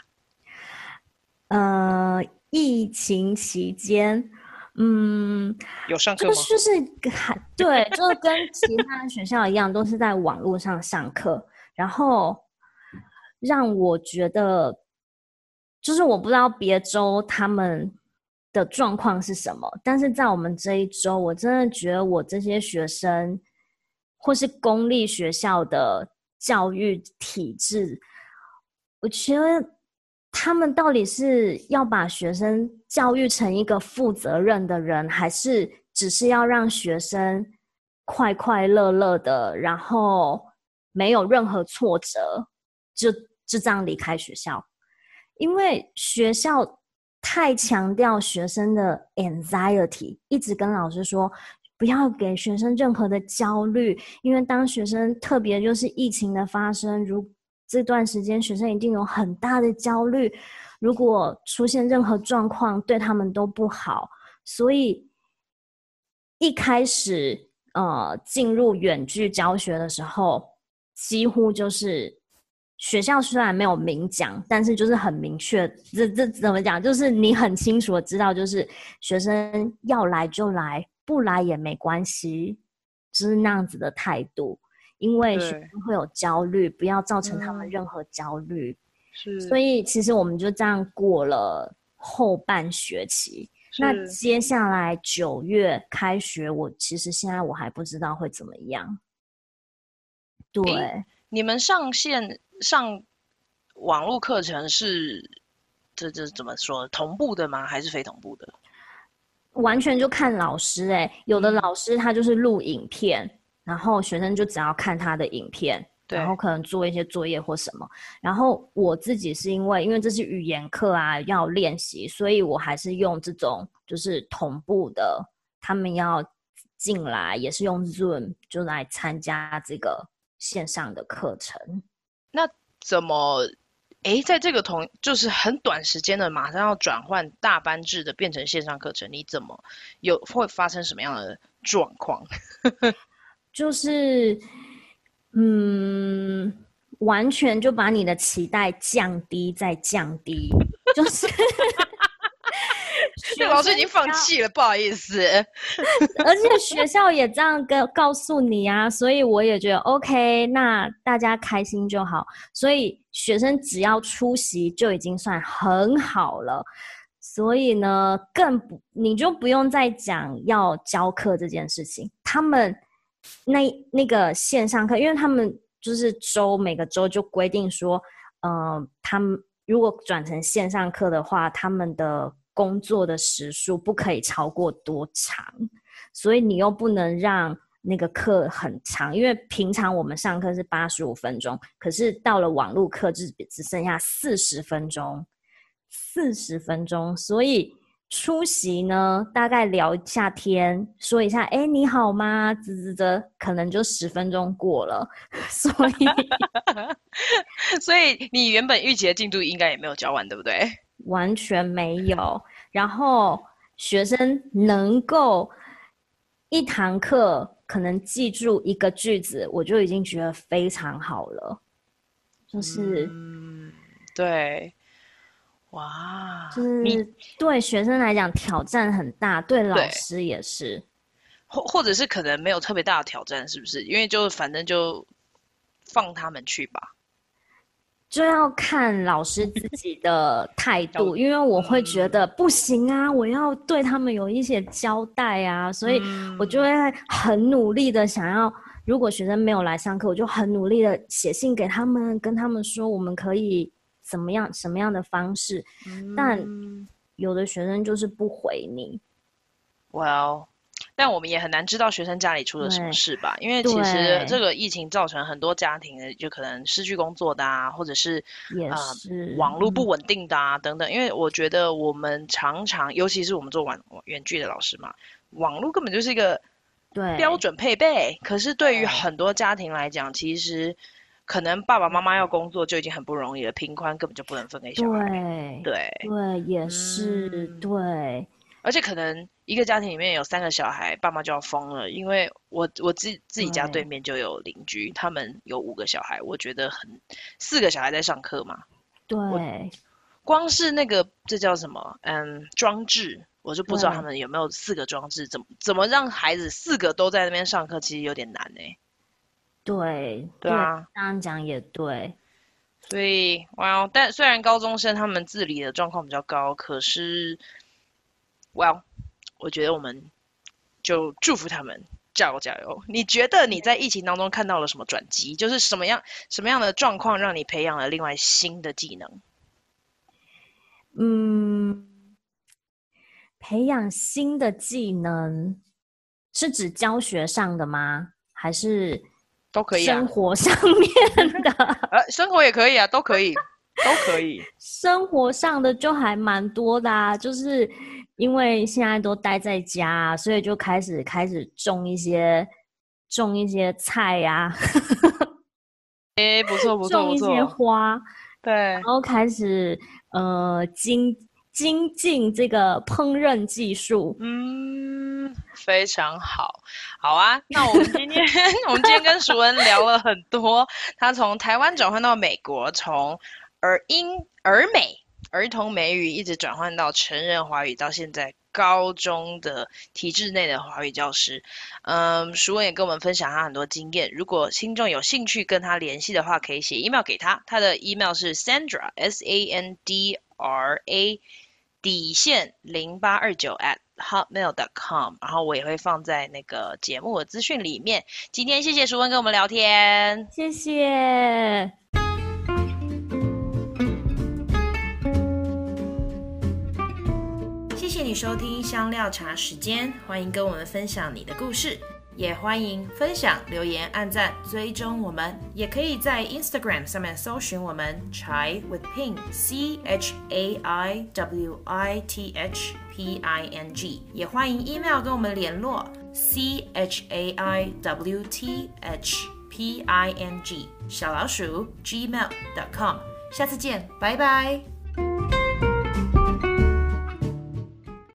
呃，疫情期间。嗯， 有上课吗？ 就是对，就是跟其他学校一样，都是在网络上上课。然后让我觉得，就是我不知道别州他们的状况是什么，但是在我们这一周，我真的觉得我这些学生或是公立学校的教育体制，我觉得他们到底是要把学生教育成一个负责任的人，还是只是要让学生快快乐乐的，然后没有任何挫折，就就这样离开学校？因为学校太强调学生的 anxiety， 一直跟老师说不要给学生任何的焦虑，因为当学生特别就是疫情的发生，如这段时间学生一定有很大的焦虑，如果出现任何状况对他们都不好。所以一开始呃进入远距教学的时候，几乎就是学校虽然没有明讲，但是就是很明确，这这怎么讲，就是你很清楚的知道，就是学生要来就来，不来也没关系，就是那样子的态度。因为学生会有焦虑，不要造成他们任何焦虑、嗯、是，所以其实我们就这样过了后半学期。那接下来九月开学，我其实现在我还不知道会怎么样。对， 你们上线上网络课程是这这怎么说，同步的吗？还是非同步的？ 完全就看老师哎、欸，有的老师他就是录影片。嗯，然后学生就只要看他的影片，然后可能做一些作业或什么。然后我自己是因为因为这是语言课啊，要练习，所以我还是用这种就是同步的，他们要进来也是用 Zoom 就来参加这个线上的课程。 那怎么诶在这个同就是很短时间的马上要转换大班制的变成线上课程，你怎么有会发生什么样的状况？ 就是，嗯，完全就把你的期待降低再降低，就是， 老师已经放弃了，不好意思。 而且学校也这样跟告诉你啊，所以我也觉得 OK， 那大家开心就好。所以学生只要出席就已经算很好了。所以呢，更不你就不用再讲要教课这件事情，他们。那那个线上课，因为他们就是州每个州就规定说，呃，他们如果转成线上课的话，他们的工作的时数不可以超过多长，所以你又不能让那个课很长，因为平常我们上课是八十五分钟，可是到了网络课就只剩下四十分钟，四十分钟，所以。出席呢，大概聊一下天，说一下，哎，你好吗？滋滋的，可能就十分钟过了，所以， 所以你原本预期的进度应该也没有教完，对不对？ 完全没有。然后学生能够一堂课可能记住一个句子，我就已经觉得非常好了。就是， 嗯，对。哇， 就是对学生来讲挑战很大，对老师也是， 或或者是可能没有特别大的挑战，是不是？因为就反正就放他们去吧。 就要看老师自己的态度，因为我会觉得不行啊，我要对他们有一些交代啊，所以我就会很努力的想要，如果学生没有来上课，我就很努力的写信给他们，跟他们说我们可以怎么样什么样的方式，但有的学生就是不回你。 Well， 但我们也很难知道学生家里出了什么事吧，因为其实这个疫情造成很多家庭就可能失去工作的啊，或者是也是、 呃、网络不稳定的啊、嗯、等等。因为我觉得我们常常，尤其是我们做网远距的老师嘛，网络根本就是一个标准配备。可是对于很多家庭来讲，其实可能爸爸妈妈要工作就已经很不容易了，频宽根本就不能分给小孩。 对对对，也是、嗯、对。 而且可能一个家庭里面有三个小孩，爸妈就要疯了，因为我我自自己家对面就有邻居，他们有五个小孩，我觉得很四个小孩在上课嘛， 对， 光是那个这叫什么嗯装置，我就不知道他们有没有四个装置，怎么怎么让孩子四个都在那边上课，其实有点难哎。 对对啊， 这样讲也对。 所以哇，但虽然高中生他们自理的状况比较高，可是。Well， 我觉得我们就祝福他们，加油加油！你觉得你在疫情当中看到了什么转机？就是什么样什么样的状况让你培养了另外新的技能？ 嗯，培养新的技能是指教学上的吗？还是都可以、 啊？生活上面的？ 呃，生活也可以啊，都可以，都可以。 生活上的就还蛮多的啊，就是。因为现在都待在家，所以就开始开始种一些种一些菜呀、啊， 哎，不错不错， 种一些花， 对， 然后开始呃精精进这个烹饪技术。 嗯，非常好，好啊。那我们今天我们今天跟淑恩聊了很多，他从台湾转换到美国，从儿英儿美。儿童美语一直转换到成人华语，到现在高中的体制内的华语教师。嗯，淑文也跟我们分享他很多经验。如果听众有兴趣跟他联系的话，可以写 email 给他。他的 email 是 Sandra S A N D R A 底线零八二九 at hotmail dot com。然后我也会放在那个节目的资讯里面。今天谢谢淑文跟我们聊天， 谢谢。 谢谢你收听香料茶时间，欢迎跟我们分享你的故事，也欢迎分享、留言、按赞、追踪我们，也可以在 Instagram 上面搜寻我们 Chai with Ping C H A I W I T H P I N G， 也欢迎 email 跟我们联络 C H A I W T H P I N G 小老鼠 gmail dot com。 下次见，拜拜。